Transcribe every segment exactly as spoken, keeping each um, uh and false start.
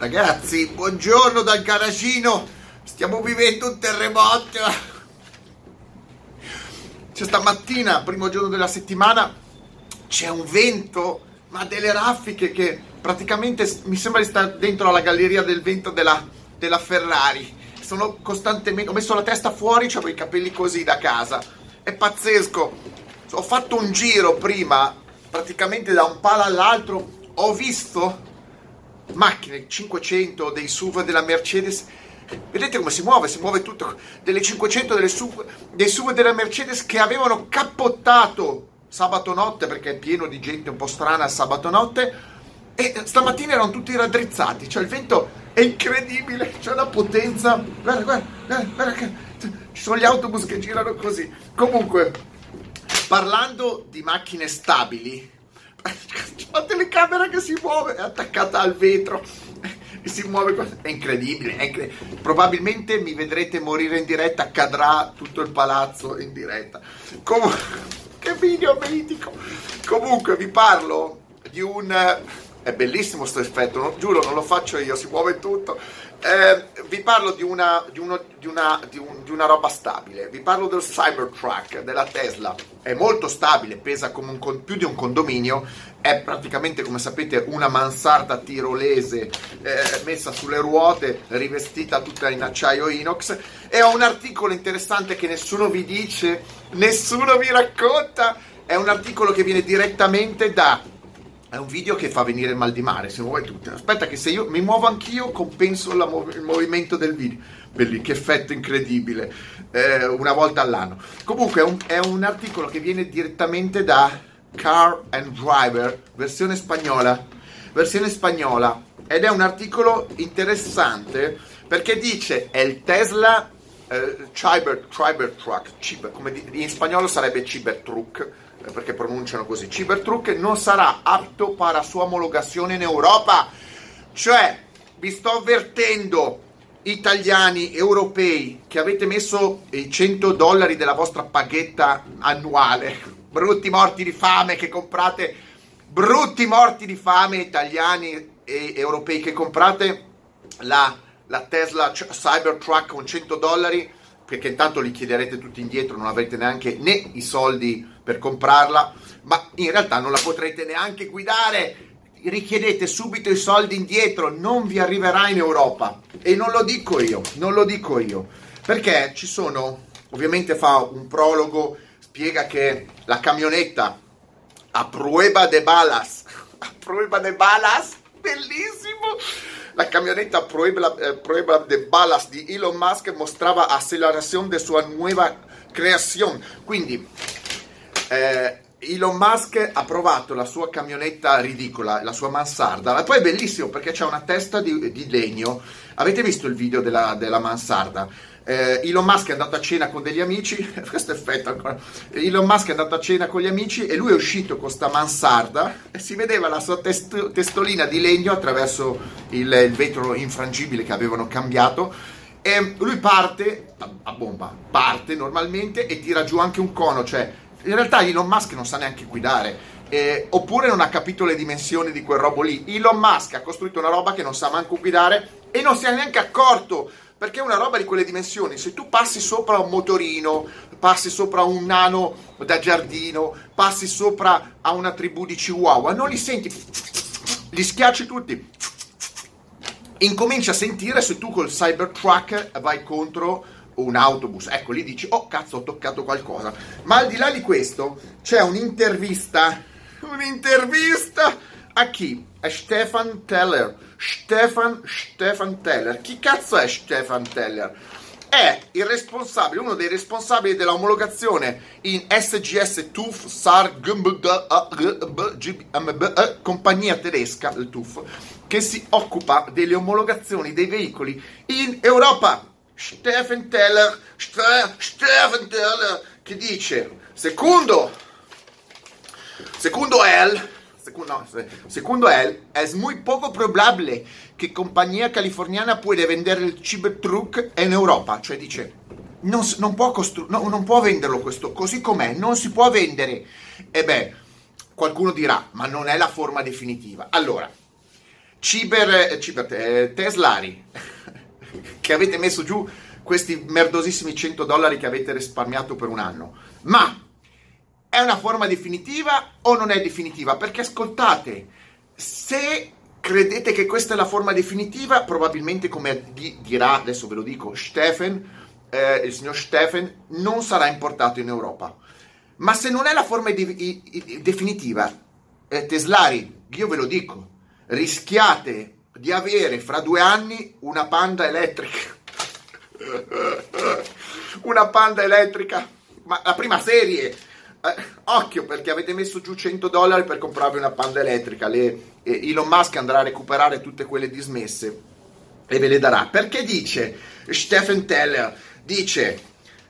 Ragazzi, buongiorno dal garagino. Stiamo vivendo un terremoto. C'è stamattina, primo giorno della settimana, c'è un vento, ma delle raffiche che praticamente mi sembra di stare dentro alla galleria del vento della, della Ferrari. Sono costantemente, ho messo la testa fuori, avevo i capelli così da casa. È pazzesco. Ho fatto un giro prima, praticamente da un palo all'altro, ho visto macchine cinquecento, dei S U V della Mercedes. Vedete come si muove? Si muove tutto. Delle cinquecento, delle S U V, dei S U V della Mercedes che avevano cappottato sabato notte, perché è pieno di gente un po' strana sabato notte, e stamattina erano tutti raddrizzati. Cioè il vento è incredibile, c'è una potenza. Guarda, guarda, guarda, guarda che ci sono gli autobus che girano così. Comunque, parlando di macchine stabili, c'è la telecamera che si muove, è attaccata al vetro e si muove, è incredibile, è incredibile. Probabilmente mi vedrete morire in diretta, cadrà tutto il palazzo in diretta. Comunque, che video mitico. Comunque vi parlo di un... è bellissimo sto effetto, non, giuro, non lo faccio io, si muove tutto. Eh, vi parlo di una, di, uno, di, una, di, un, di una roba stabile. Vi parlo del Cybertruck della Tesla. È molto stabile, pesa come un, più di un condominio. È praticamente, come sapete, una mansarda tirolese eh, messa sulle ruote, rivestita tutta in acciaio inox. E ho un articolo interessante che nessuno vi dice, nessuno vi racconta. È un articolo che viene direttamente da... È un video che fa venire il mal di mare, si muove tutto. Aspetta che se io mi muovo anch'io compenso la mov- il movimento del video. Bellissimo, che effetto incredibile, eh, una volta all'anno. Comunque è un, è un articolo che viene direttamente da Car and Driver, versione spagnola, versione spagnola. Ed è un articolo interessante perché dice è il Tesla eh, Cyber, Cybertruck, Cyber, come di, in spagnolo sarebbe Cybertruck, perché pronunciano così. Cybertruck non sarà apto per la sua omologazione in Europa. Cioè, vi sto avvertendo, italiani, europei, che avete messo i cento dollari della vostra paghetta annuale, brutti morti di fame che comprate, brutti morti di fame italiani e europei che comprate la, la Tesla Cybertruck con cento dollari, perché intanto li chiederete tutti indietro, non avrete neanche né i soldi per comprarla, ma in realtà non la potrete neanche guidare. Richiedete subito i soldi indietro, non vi arriverà in Europa. E non lo dico io, non lo dico io, perché ci sono, ovviamente fa un prologo, spiega che la camionetta a prueba de balas, a prueba de balas, bellissimo. La camioneta a prueba, eh, prueba de balas di Elon Musk mostrava accelerazione de sua nuova creazione. Quindi eh, Elon Musk ha provato la sua camionetta ridicola, la sua mansarda. E poi è bellissimo perché c'è una testa di, di legno. Avete visto il video della, della mansarda? Eh, Elon Musk è andato a cena con degli amici. Questo effetto ancora. Elon Musk è andato a cena con gli amici e lui è uscito con sta mansarda e si vedeva la sua test- testolina di legno attraverso il, il vetro infrangibile che avevano cambiato. E lui parte a, a bomba, parte normalmente e tira giù anche un cono. Cioè, in realtà Elon Musk non sa neanche guidare, eh, oppure non ha capito le dimensioni di quel robo lì. Elon Musk ha costruito una roba che non sa manco guidare e non si è neanche accorto, perché è una roba di quelle dimensioni. Se tu passi sopra un motorino, passi sopra un nano da giardino, passi sopra a una tribù di chihuahua, non li senti, li schiacci tutti. Incominci a sentire se tu col Cybertruck vai contro un autobus. Ecco, lì dici, oh cazzo, ho toccato qualcosa. Ma al di là di questo c'è un'intervista, un'intervista a chi? A Stefan Teller. Stefan, Stefan Teller. Chi cazzo è Stefan Teller? È il responsabile, uno dei responsabili della omologazione in S G S T U F S A R G M B, compagnia tedesca, il T U F, che si occupa delle omologazioni dei veicoli in Europa. Stefan Teller, Stefan Teller, che dice, secondo, secondo él, secondo, no, secondo él, es muy poco probable che compagnia californiana puede vendere il Cybertruck in Europa. Cioè dice, non, non, può costru- no, non può venderlo questo, così com'è, non si può vendere. E beh, qualcuno dirà, ma non è la forma definitiva. Allora, ciber, ciber eh, teslari che avete messo giù questi merdosissimi cento dollari che avete risparmiato per un anno. Ma è una forma definitiva o non è definitiva? Perché ascoltate, se credete che questa è la forma definitiva, probabilmente, come di, dirà, adesso ve lo dico, Stefan, eh, il signor Stefan, non sarà importato in Europa. Ma se non è la forma di, di, di, definitiva, eh, teslari, io ve lo dico, rischiate di avere fra due anni una Panda elettrica. Una Panda elettrica, ma la prima serie. Eh, occhio, perché avete messo giù cento dollari per comprarvi una Panda elettrica. Le, eh, Elon Musk andrà a recuperare tutte quelle dismesse e ve le darà, perché dice Stefan Teller, dice: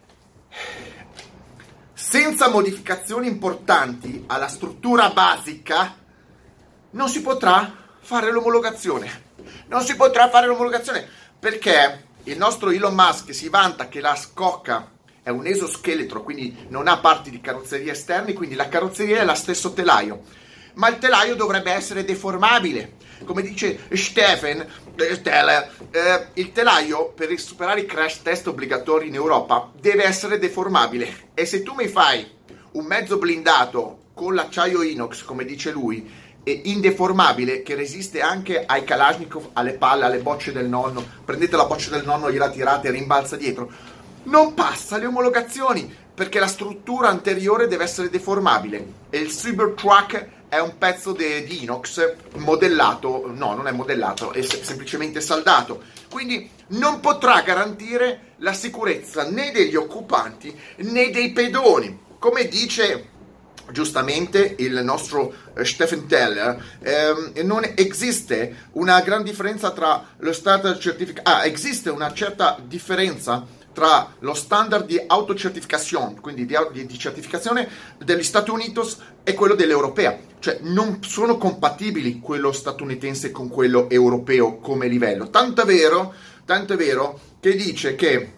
senza modificazioni importanti alla struttura basica non si potrà fare l'omologazione. Non si potrà fare l'omologazione perché il nostro Elon Musk si vanta che la scocca è un esoscheletro, quindi non ha parti di carrozzeria esterni, quindi la carrozzeria è lo stesso telaio, ma il telaio dovrebbe essere deformabile. Come dice Stefan eh, Teller, eh, il telaio, per superare i crash test obbligatori in Europa, deve essere deformabile. E se tu mi fai un mezzo blindato con l'acciaio inox, come dice lui, e indeformabile, che resiste anche ai Kalashnikov, alle palle, alle bocce del nonno, prendete la boccia del nonno, gliela tirate e rimbalza dietro, non passa le omologazioni, perché la struttura anteriore deve essere deformabile. E il Cybertruck è un pezzo de, di inox modellato, no, non è modellato, è se, semplicemente saldato, quindi non potrà garantire la sicurezza né degli occupanti né dei pedoni. Come dice giustamente il nostro eh, Stefan Teller, ehm, non esiste una gran differenza tra lo standard certificato, ah, esiste una certa differenza tra lo standard di autocertificazione, quindi di, di, di certificazione degli Stati Uniti e quello dell'europea, cioè non sono compatibili quello statunitense con quello europeo come livello, tanto è vero, tanto è vero che dice che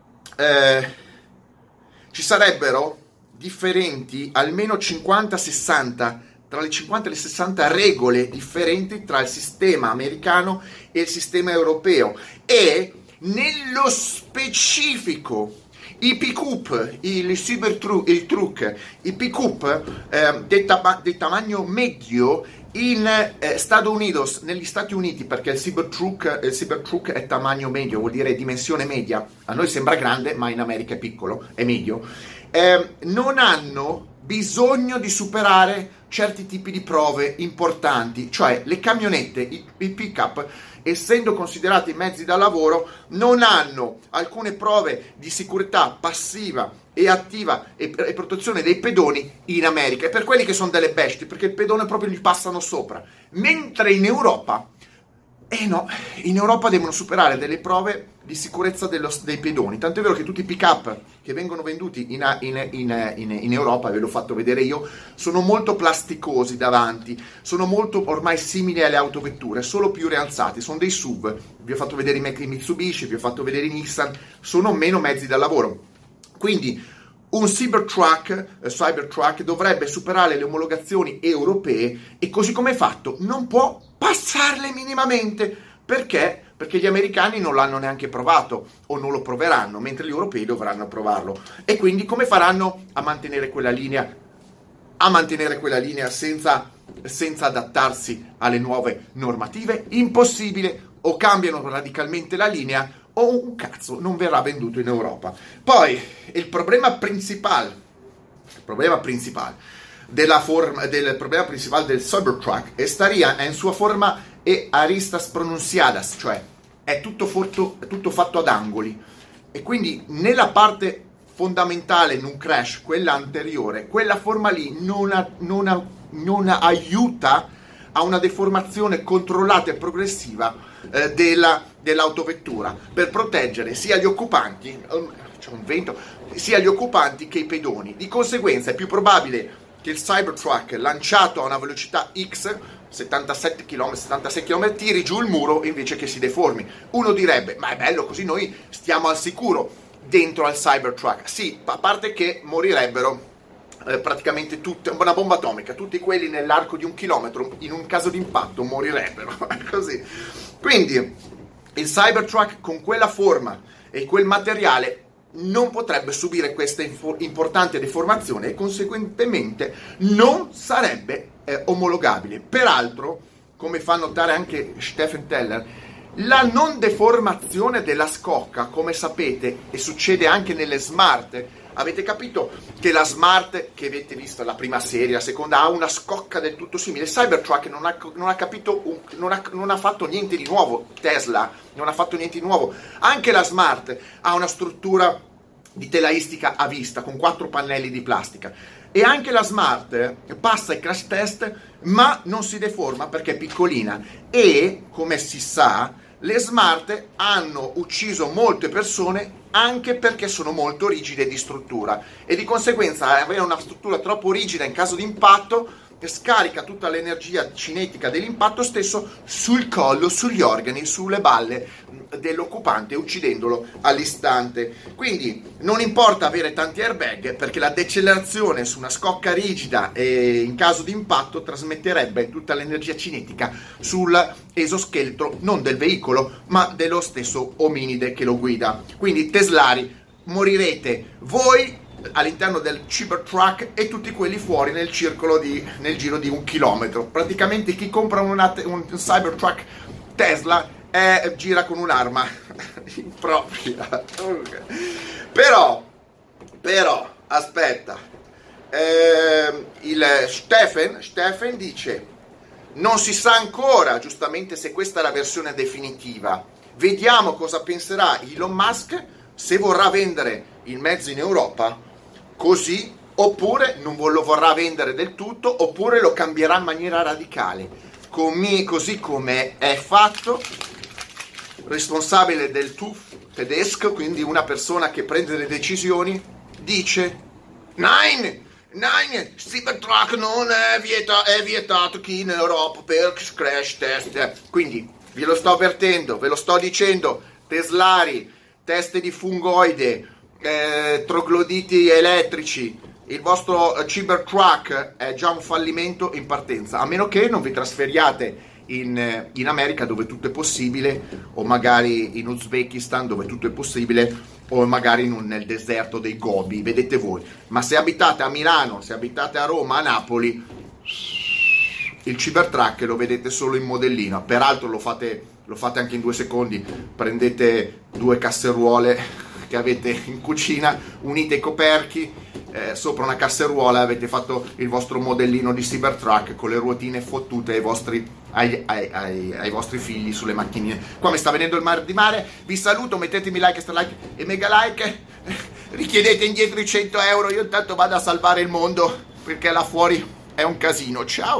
eh, ci sarebbero differenti almeno cinquanta sessanta, tra le cinquanta e le sessanta regole differenti tra il sistema americano e il sistema europeo, e nello specifico i pick-up, il Cybertruck, il truck, i pick-up eh, di, tama- di tamaglio medio in eh, Stati Uniti, negli Stati Uniti, perché il Cybertruck, il Cybertruck è tamaglio medio, vuol dire dimensione media, a noi sembra grande ma in America è piccolo, è medio, eh, non hanno bisogno di superare certi tipi di prove importanti, cioè le camionette, i, i pick-up, essendo considerati mezzi da lavoro, non hanno alcune prove di sicurezza passiva e attiva e, e protezione dei pedoni in America, e per quelli che sono delle bestie, perché il pedone proprio gli passano sopra, mentre in Europa, eh no, in Europa devono superare delle prove di sicurezza dello, dei pedoni, tanto è vero che tutti i pick-up che vengono venduti in, in, in, in, in Europa, ve l'ho fatto vedere io, sono molto plasticosi davanti, sono molto ormai simili alle autovetture, solo più rialzati, sono dei S U V, vi ho fatto vedere i Mitsubishi, vi ho fatto vedere i Nissan, sono meno mezzi da lavoro, quindi un Cybertruck, eh, Cybertruck dovrebbe superare le omologazioni europee, e così come è fatto non può passarle minimamente. Perché? Perché gli americani non l'hanno neanche provato o non lo proveranno, mentre gli europei dovranno provarlo. E quindi come faranno a mantenere quella linea, a mantenere quella linea senza, senza adattarsi alle nuove normative? Impossibile, o cambiano radicalmente la linea o un cazzo non verrà venduto in Europa. Poi il problema principale, il problema principale della forma, del problema principale del Cybertruck è staria in sua forma e aristas pronunciadas, cioè è tutto, forto, è tutto fatto ad angoli, e quindi nella parte fondamentale in un crash, quella anteriore, quella forma lì non, ha, non, ha, non aiuta a una deformazione controllata e progressiva eh, della, dell'autovettura, per proteggere sia gli occupanti, c'è un vento, sia gli occupanti che i pedoni. Di conseguenza è più probabile che il Cybertruck, lanciato a una velocità X, settantasette chilometri, settantasei chilometri, tiri giù il muro invece che si deformi. Uno direbbe, ma è bello, così noi stiamo al sicuro dentro al Cybertruck. Sì, a parte che morirebbero eh, praticamente tutte, una bomba atomica, tutti quelli nell'arco di un chilometro, in un caso di impatto morirebbero, così. Quindi il Cybertruck con quella forma e quel materiale non potrebbe subire questa importante deformazione e conseguentemente non sarebbe eh, omologabile. Peraltro, come fa notare anche Stephen Teller, la non deformazione della scocca, come sapete, e succede anche nelle Smart. Avete capito che la Smart, che avete visto la prima serie, la seconda, ha una scocca del tutto simile. Cybertruck non ha, non ha capito, un, non, ha, non ha fatto niente di nuovo. Tesla non ha fatto niente di nuovo. Anche la Smart ha una struttura di telaistica a vista con quattro pannelli di plastica. E anche la Smart passa i crash test, ma non si deforma perché è piccolina. E, come si sa, le Smart hanno ucciso molte persone anche perché sono molto rigide di struttura e di conseguenza avere una struttura troppo rigida in caso di impatto scarica tutta l'energia cinetica dell'impatto stesso sul collo, sugli organi, sulle balle dell'occupante, uccidendolo all'istante. Quindi non importa avere tanti airbag, perché la decelerazione su una scocca rigida e in caso di impatto trasmetterebbe tutta l'energia cinetica sull'esoscheletro non del veicolo ma dello stesso ominide che lo guida. Quindi teslari, morirete voi all'interno del Cybertruck e tutti quelli fuori nel circolo di nel giro di un chilometro. Praticamente chi compra una, un Cybertruck Tesla è, gira con un'arma impropria. però però aspetta, eh, il Stephen Stephen dice non si sa ancora giustamente se questa è la versione definitiva. Vediamo cosa penserà Elon Musk, se vorrà vendere il mezzo in Europa così, oppure non lo vorrà vendere del tutto, oppure lo cambierà in maniera radicale, come, così come è fatto. Responsabile del T U F tedesco, quindi una persona che prende le decisioni, dice Nein, nein, Cybertruck non è vietato, è vietato qui in Europa per crash test. Quindi ve lo sto avvertendo, ve lo sto dicendo, teslari, teste di fungoide, Eh, trogloditi elettrici, il vostro Cybertruck è già un fallimento in partenza, a meno che non vi trasferiate in, in America dove tutto è possibile, o magari in Uzbekistan dove tutto è possibile, o magari in un, nel deserto dei Gobi, vedete voi. Ma se abitate a Milano, se abitate a Roma, a Napoli, il Cybertruck lo vedete solo in modellino. Peraltro lo fate, lo fate anche in due secondi, prendete due casseruole che avete in cucina, unite i coperchi eh, sopra una casseruola, avete fatto il vostro modellino di Cybertruck con le ruotine fottute ai vostri, ai, ai, ai, ai vostri figli sulle macchinine. Qua mi sta venendo il mar di mare, vi saluto, mettetemi like, star like e mega like, richiedete indietro i cento euro, io intanto vado a salvare il mondo perché là fuori è un casino. Ciao!